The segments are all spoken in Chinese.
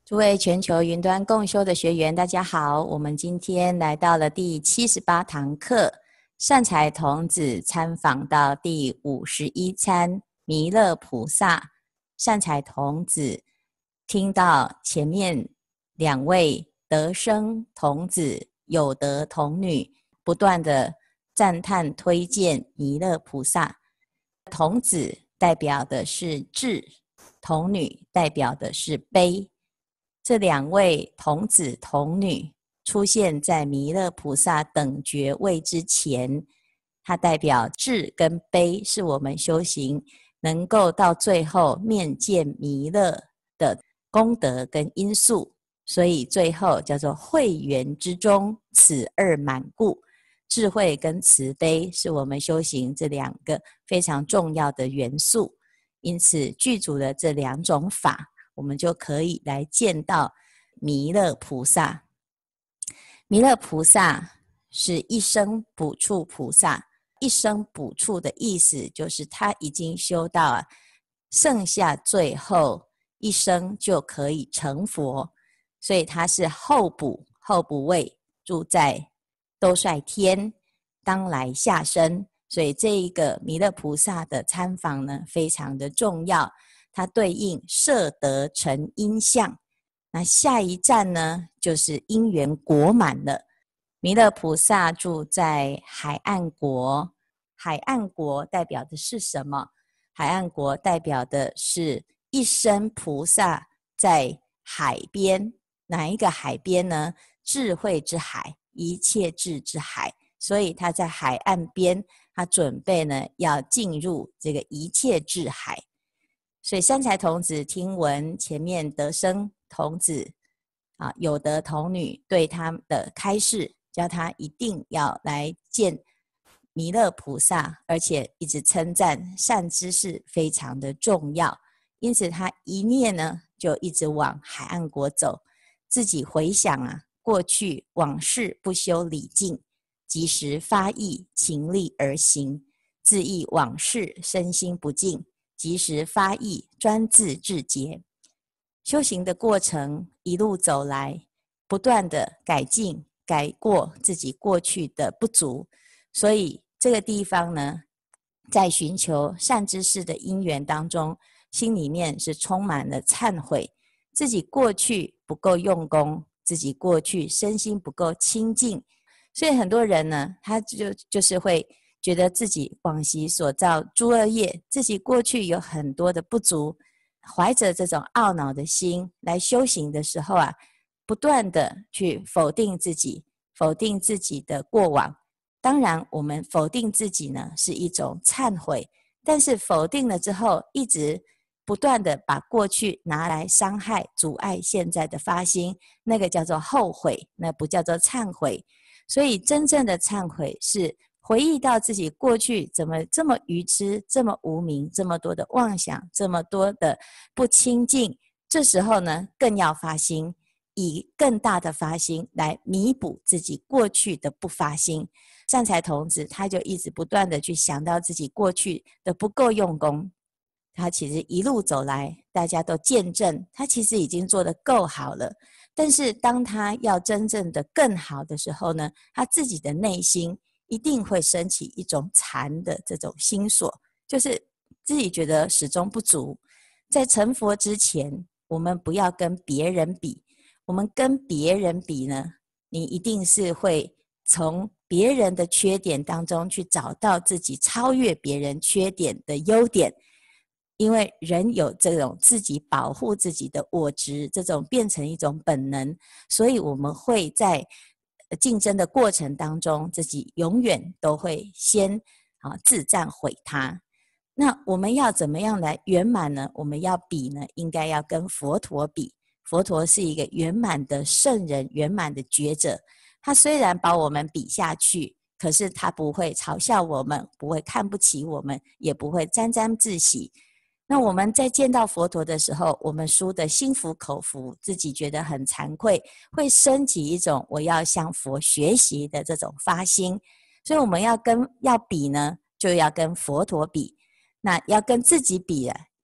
诸位全球云端共修的学员，大家好，我们今天来到了第78堂课，善财童子参访到第51参弥勒菩萨。善财童子听到前面两位得生童子有德童女不断的赞叹推荐弥勒菩萨，童子代表的是智，童女代表的是悲。这两位童子童女出现在弥勒菩萨等觉位之前，它代表智跟悲，是我们修行能够到最后面见弥勒的功德跟因素。所以最后叫做慧圆之中，此二满故。智慧跟慈悲是我们修行这两个非常重要的元素，因此具足了这两种法，我们就可以来见到弥勒菩萨。弥勒菩萨是一生补处菩萨，一生补处的意思就是他已经修到剩下最后一生就可以成佛，所以他是候补位，住在兜率天，当来下生。所以这一个弥勒菩萨的参访呢，非常的重要，它对应摄得成因相。那下一站呢，就是因缘果满了。弥勒菩萨住在海岸国，海岸国代表的是什么？海岸国代表的是一生菩萨在海边。哪一个海边呢？智慧之海，一切智之海。所以他在海岸边，他准备呢要进入这个一切智海。所以善财童子听闻前面得生童子有德童女对他的开示，叫他一定要来见弥勒菩萨，而且一直称赞善知识非常的重要。因此他一念呢就一直往海岸国走，自己回想过去往事不修礼敬，即时发意勤力而行，自忆往事身心不净，即时发意专自致节。修行的过程一路走来，不断的改进改过自己过去的不足。所以这个地方呢，在寻求善知识的因缘当中，心里面是充满了忏悔，自己过去不够用功，自己过去身心不够清净。所以很多人呢，他就是会觉得自己往昔所造诸恶业，自己过去有很多的不足，怀着这种懊恼的心来修行的时候不断的去否定自己，否定自己的过往。当然我们否定自己呢是一种忏悔，但是否定了之后，一直不断的把过去拿来伤害阻碍现在的发心，那个叫做后悔，那不叫做忏悔。所以真正的忏悔是回忆到自己过去怎么这么愚痴，这么无明，这么多的妄想，这么多的不清净。这时候呢，更要发心，以更大的发心来弥补自己过去的不发心。善财童子他就一直不断的去想到自己过去的不够用功，他其实一路走来，大家都见证他其实已经做得够好了。但是当他要真正的更好的时候呢，他自己的内心一定会升起一种禅的这种心所，就是自己觉得始终不足。在成佛之前，我们不要跟别人比，我们跟别人比呢，你一定是会从别人的缺点当中去找到自己超越别人缺点的优点。因为人有这种自己保护自己的我执，这种变成一种本能，所以我们会在竞争的过程当中，自己永远都会先自赞毁他。那我们要怎么样来圆满呢？我们要比呢，应该要跟佛陀比。佛陀是一个圆满的圣人，圆满的觉者。他虽然把我们比下去，可是他不会嘲笑我们，不会看不起我们，也不会沾沾自喜。那我们在见到佛陀的时候，我们输得心服口服，自己觉得很惭愧，会升起一种我要向佛学习的这种发心。所以我们要比呢，就要跟佛陀比。那要跟自己比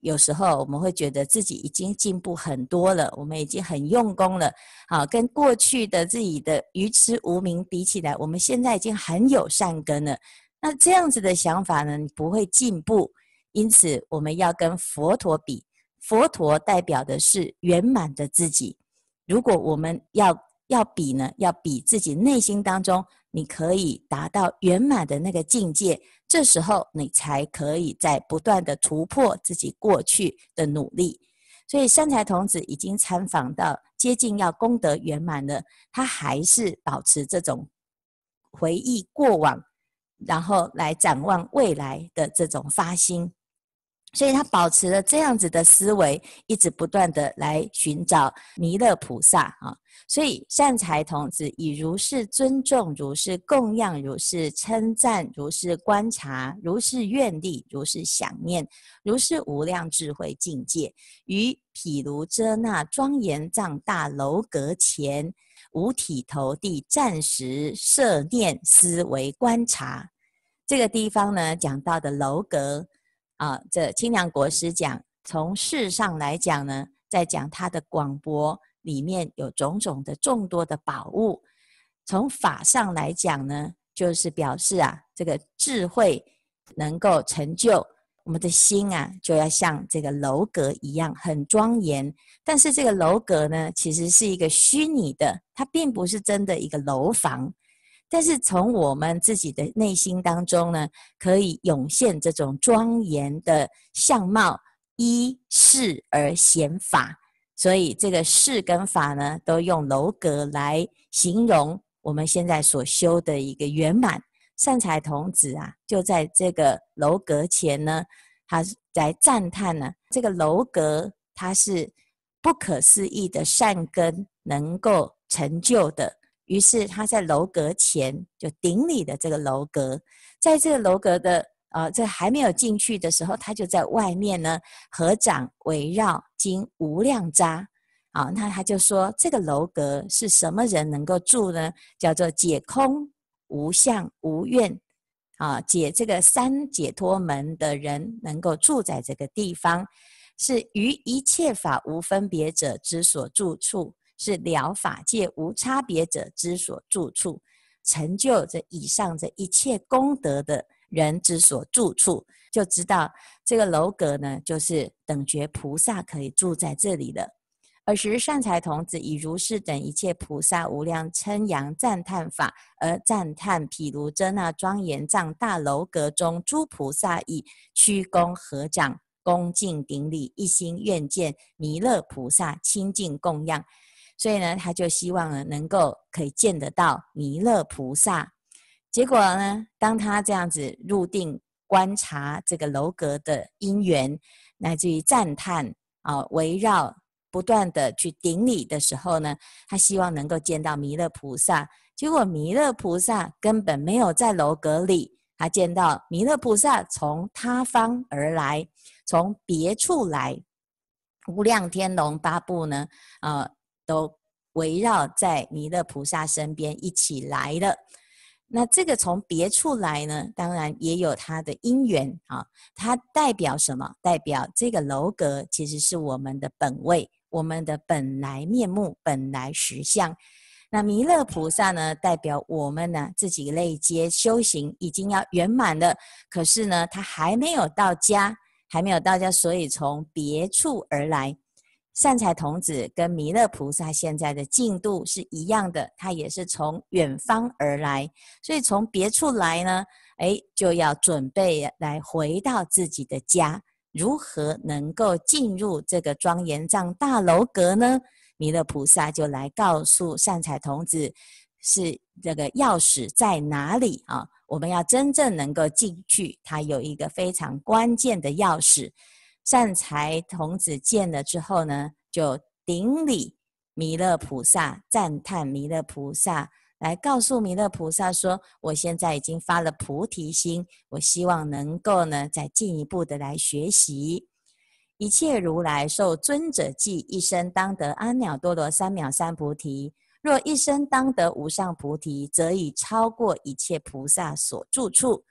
有时候我们会觉得自己已经进步很多了，我们已经很用功了，好，跟过去的自己的愚痴无明比起来，我们现在已经很有善根了。那这样子的想法呢，你不会进步，因此我们要跟佛陀比，佛陀代表的是圆满的自己。如果我们要比呢，要比自己内心当中你可以达到圆满的那个境界，这时候你才可以在不断的突破自己过去的努力。所以善财童子已经参访到接近要功德圆满了，他还是保持这种回忆过往，然后来展望未来的这种发心。所以他保持了这样子的思维，一直不断的来寻找弥勒菩萨啊。所以善财童子以如是尊重，如是供养，如是称赞，如是观察，如是愿力，如是想念，如是无量智慧境界，于毗卢遮那庄严藏大楼阁前，五体投地暂时摄念思维观察。这个地方呢，讲到的楼阁这清凉国师讲，从事上来讲呢，在讲他的广博里面有种种的众多的宝物；从法上来讲呢，就是表示这个智慧能够成就我们的心就要像这个楼阁一样很庄严。但是这个楼阁呢，其实是一个虚拟的，它并不是真的一个楼房。但是从我们自己的内心当中呢，可以涌现这种庄严的相貌，依事而显法。所以这个事跟法呢，都用楼阁来形容我们现在所修的一个圆满。善财童子就在这个楼阁前呢，他在赞叹呢，这个楼阁它是不可思议的善根能够成就的。于是他在楼阁前就顶礼的这个楼阁，在这个楼阁的这还没有进去的时候，他就在外面呢合掌围绕经无量匝。那他就说这个楼阁是什么人能够住呢？叫做解空无相无愿解这个三解脱门的人能够住在这个地方，是于一切法无分别者之所住处，是了法界无差别者之所住处，成就这以上这一切功德的人之所住处。就知道这个楼阁呢，就是等觉菩萨可以住在这里了。尔时善财童子以如是等一切菩萨无量称扬赞叹法，而赞叹毗卢遮那庄严藏大楼阁中诸菩萨以屈躬合掌恭敬顶礼，一心愿见弥勒菩萨亲近供养。所以呢，他就希望呢能够可以见得到弥勒菩萨。结果呢，当他这样子入定观察这个楼阁的因缘，乃至于赞叹围绕不断的去顶礼的时候呢，他希望能够见到弥勒菩萨。结果弥勒菩萨根本没有在楼阁里，他见到弥勒菩萨从他方而来，从别处来，无量天龙八部呢都围绕在弥勒菩萨身边一起来了。那这个从别处来呢，当然也有它的因缘它代表什么？代表这个楼阁其实是我们的本位，我们的本来面目，本来实相。那弥勒菩萨呢，代表我们呢自己类阶修行已经要圆满了，可是呢他还没有到家，所以从别处而来。善财童子跟弥勒菩萨现在的进度是一样的，他也是从远方而来，所以从别处来呢，就要准备来回到自己的家。如何能够进入这个庄严藏大楼阁呢？弥勒菩萨就来告诉善财童子，是这个钥匙在哪里我们要真正能够进去，它有一个非常关键的钥匙。善财童子见了之后呢，就顶礼弥勒菩萨，赞叹弥勒菩萨，来告诉弥勒菩萨说，我现在已经发了菩提心，我希望能够呢再进一步的来学习。一切如来受尊者记，一生当得阿耨多罗三藐三菩提。若一生当得无上菩提，则已超过一切菩萨所住处。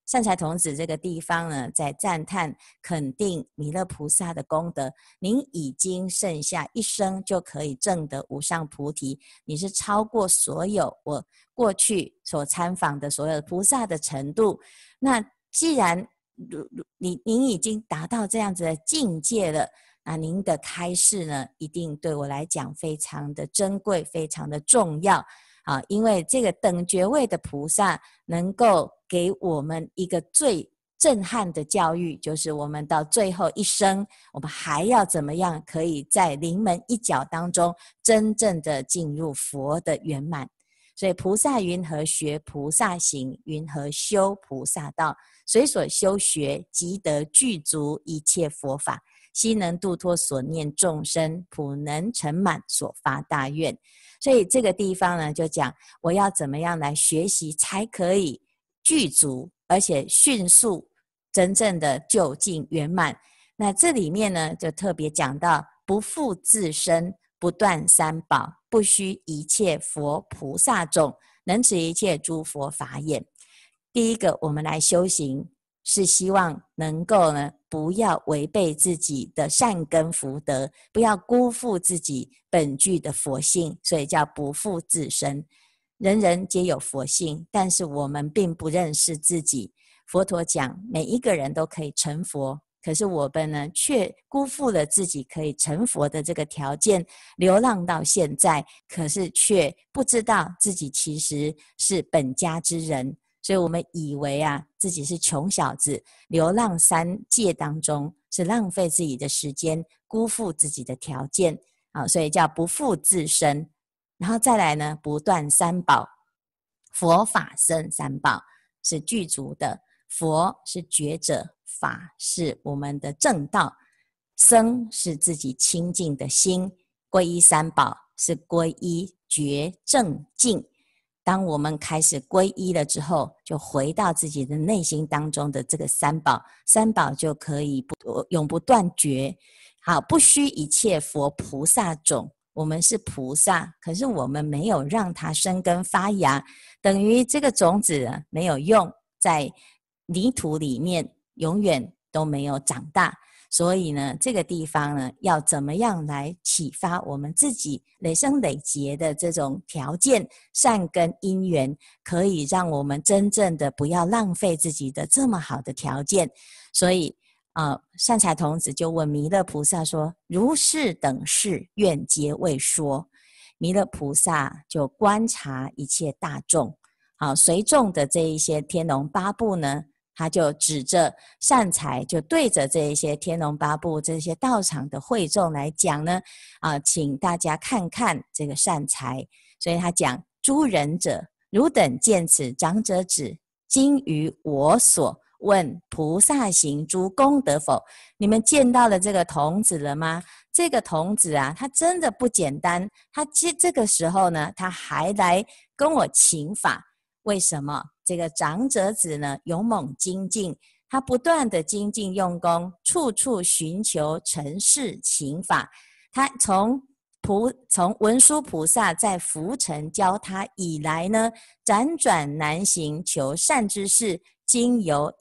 善财童子这个地方呢，在赞叹肯定弥勒菩萨的功德，您已经剩下一生就可以证得无上菩提，你是超过所有我过去所参访的所有菩萨的程度。那既然您已经达到这样子的境界了，那您的开示呢，一定对我来讲非常的珍贵，非常的重要啊！因为这个等觉位的菩萨能够给我们一个最震撼的教育，就是我们到最后一生，我们还要怎么样可以在临门一脚当中真正的进入佛的圆满。所以菩萨云何学菩萨行，云何修菩萨道，随所修学，即得具足一切佛法，悉能度脱所念众生，普能成满所发大愿。所以这个地方呢，就讲我要怎么样来学习，才可以具足，而且迅速真正的就近圆满。那这里面呢，就特别讲到不负自身，不断三宝，不虚一切佛菩萨种，能持一切诸佛法眼。第一个，我们来修行，是希望能够呢，不要违背自己的善根福德，不要辜负自己本具的佛性，所以叫不负自身。人人皆有佛性，但是我们并不认识自己。佛陀讲，每一个人都可以成佛，可是我们呢，却辜负了自己可以成佛的这个条件，流浪到现在，可是却不知道自己其实是本家之人。所以我们以为啊，自己是穷小子，流浪三界当中，是浪费自己的时间，辜负自己的条件啊，所以叫不负自身。然后再来呢，不断三宝，佛法僧三宝是具足的，佛是觉者，法是我们的正道，僧是自己清净的心，皈依三宝是皈依觉正净。当我们开始皈依了之后，就回到自己的内心当中的这个三宝，三宝就可以永不断绝。好，不虚一切佛菩萨种，我们是菩萨，可是我们没有让它生根发芽，等于这个种子没有用，在泥土里面永远都没有长大。所以呢，这个地方呢，要怎么样来启发我们自己累生累劫的这种条件，善根因缘，可以让我们真正的不要浪费自己的这么好的条件。所以善财童子就问弥勒菩萨说，如是等事，愿皆未说。弥勒菩萨就观察一切大众，好，随众的这一些天龙八部呢，他就指着善财，就对着这一些天龙八部这些道场的会众来讲呢，请大家看看这个善财。所以他讲，诸仁者，汝等见此长者子，今于我所问菩萨行诸功德否？你们见到了这个童子了吗？这个童子啊，他真的不简单，他这个时候呢，他还来跟我请法。为什么？这个长者子呢，勇猛精进，他不断的精进用功，处处寻求成事请法。他从文殊菩萨在浮尘教他以来呢，辗转难行求善之事，经由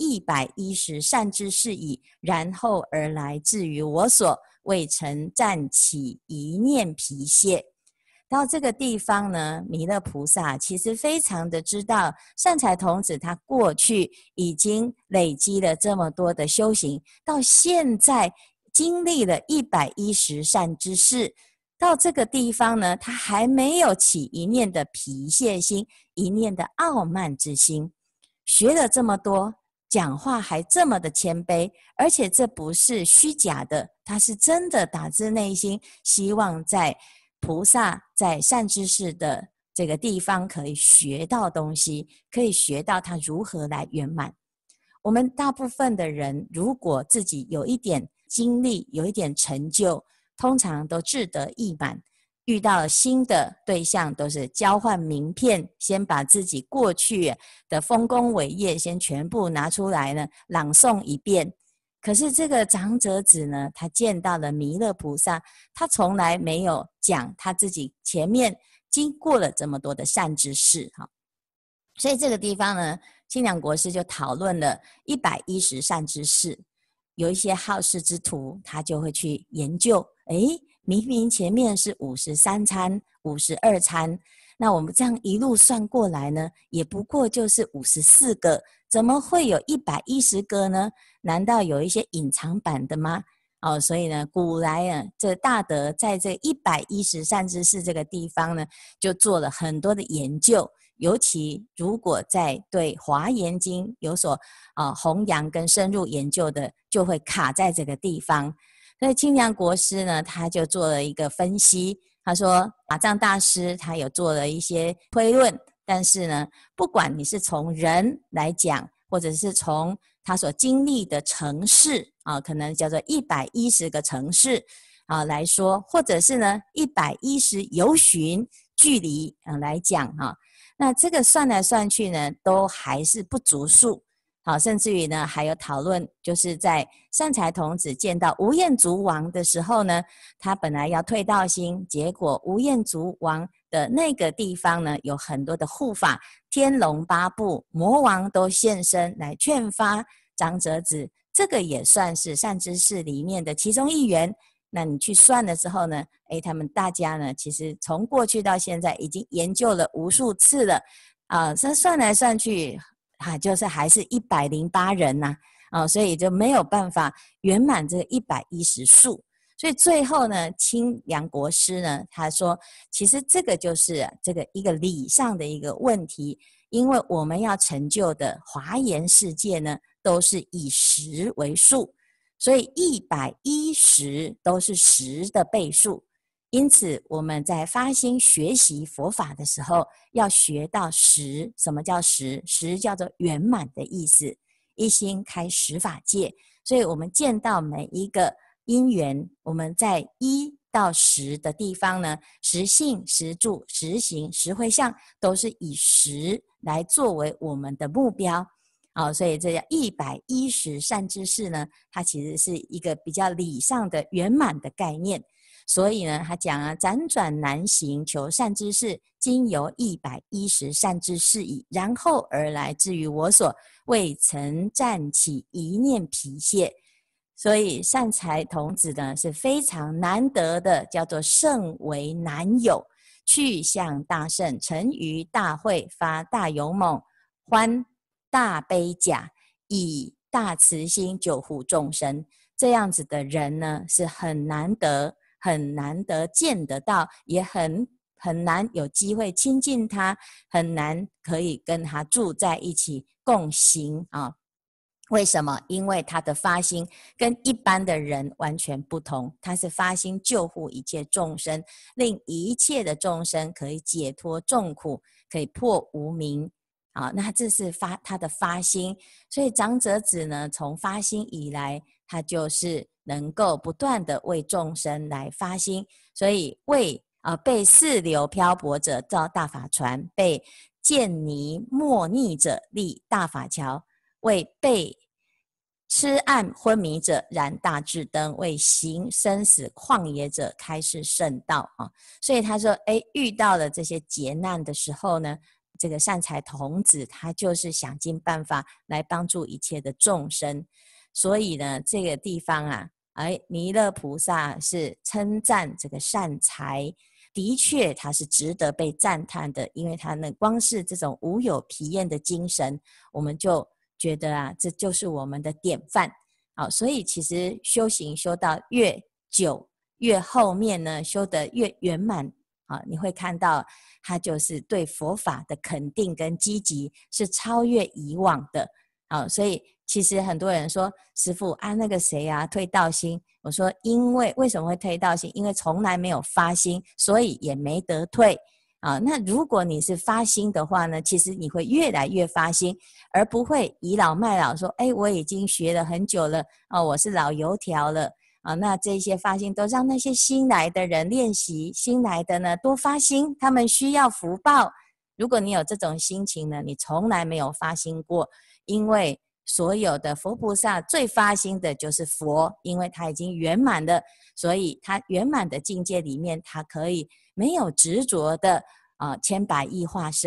110善之事矣，然后而来至于我所，未曾暂起一念疲懈。到这个地方呢，弥勒菩萨其实非常的知道善财童子他过去已经累积了这么多的修行，到现在经历了110善之事，到这个地方呢，他还没有起一念的疲懈心，一念的傲慢之心，学了这么多，讲话还这么的谦卑，而且这不是虚假的，他是真的打自内心希望在菩萨在善知识的这个地方可以学到东西，可以学到他如何来圆满。我们大部分的人如果自己有一点经历，有一点成就，通常都志得意满，遇到了新的对象都是交换名片，先把自己过去的丰功伟业先全部拿出来呢，朗诵一遍。可是这个长者子呢，他见到了弥勒菩萨，他从来没有讲他自己前面经过了这么多的善之事。所以这个地方呢， 清凉国师就讨论了110善知识，有一些好事之徒，他就会去研究，明明前面是53参、52参，那我们这样一路算过来呢，也不过就是54个，怎么会有110个呢？难道有一些隐藏版的吗？所以呢，古来啊，这大德在这110善知识这个地方呢，就做了很多的研究。尤其如果在对华严经有所弘扬跟深入研究的，就会卡在这个地方。所以清凉国师呢，他就做了一个分析，他说法藏大师他有做了一些推论，但是呢，不管你是从人来讲，或者是从他所经历的城市可能叫做110个城市来说，或者是呢110由旬距离来讲那这个算来算去呢，都还是不足数。甚至于呢，还有讨论，就是在善财童子见到无厌足王的时候呢，他本来要退道心，结果无厌足王的那个地方呢，有很多的护法，天龙八部、魔王都现身来劝发长者子，这个也算是善知识里面的其中一员。那你去算了之后呢，他们大家呢，其实从过去到现在已经研究了无数次了这算来算去就是还是108人所以就没有办法圆满这个110数。所以最后呢，清凉国师呢，他说，其实这个就是这个一个理上的一个问题，因为我们要成就的华严世界呢，都是以10为数，所以110都是10的倍数。因此我们在发心学习佛法的时候，要学到10。什么叫10？ 10叫做圆满的意思，一心开10法界。所以我们见到每一个因缘，我们在1到10的地方呢，10信、10住、10行、10回向，都是以10来作为我们的目标所以这叫110善知识呢，它其实是一个比较理上的圆满的概念。所以呢，他讲辗转难行求善知识，今由110善知识矣，然后而来至于我所，未曾暂起一念疲懈。所以善财童子呢是非常难得的，叫做甚为难有，去向大圣，成于大会，发大勇猛，欢大悲甲，以大慈心救护众生。这样子的人呢是很难得，很难得见得到，也很难有机会亲近他，很难可以跟他住在一起共行为什么？因为他的发心跟一般的人完全不同，他是发心救护一切众生，令一切的众生可以解脱众苦，可以破无明那这是他的发心。所以长者子呢，从发心以来，他就是能够不断的为众生来发心，所以为被四流漂泊者造大法船，被见泥没溺者立大法桥，为被痴暗昏迷者燃大智灯，为行生死旷野者开示圣道所以他说遇到了这些劫难的时候呢，这个善财童子他就是想尽办法来帮助一切的众生。所以呢，这个地方弥勒菩萨是称赞这个善财，的确他是值得被赞叹的，因为他呢光是这种无有疲厌的精神，我们就觉得这就是我们的典范所以其实修行修到越久越后面呢，修得越圆满你会看到他就是对佛法的肯定跟积极是超越以往的所以其实很多人说师父那个谁退道心，我说为什么会退道心？因为从来没有发心，所以也没得退那如果你是发心的话呢，其实你会越来越发心，而不会倚老卖老说我已经学了很久了我是老油条了那这些发心都让那些新来的人练习，新来的呢多发心，他们需要福报。如果你有这种心情呢，你从来没有发心过，因为所有的佛菩萨最发心的就是佛，因为他已经圆满了，所以他圆满的境界里面，他可以没有执着的千百亿化身。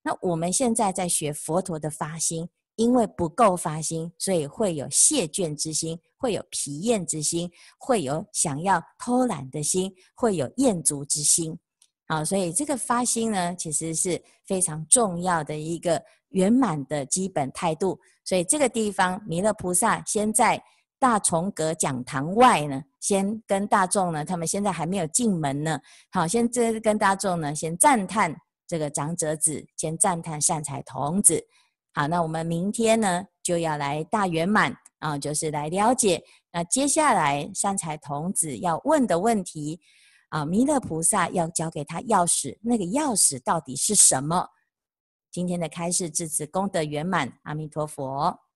那我们现在在学佛陀的发心，因为不够发心，所以会有谢倦之心，会有疲厌之心，会有想要偷懒的心，会有厌足之心。好，所以这个发心呢，其实是非常重要的一个圆满的基本态度。所以这个地方，弥勒菩萨先在大重阁讲堂外呢，先跟大众呢，他们现在还没有进门呢，好，先跟大众呢，先赞叹这个长者子，先赞叹善财童子。好，那我们明天呢，就要来大圆满啊，就是来了解那接下来善财童子要问的问题啊，弥勒菩萨要交给他钥匙，那个钥匙到底是什么？今天的开示至此功德圆满，阿弥陀佛。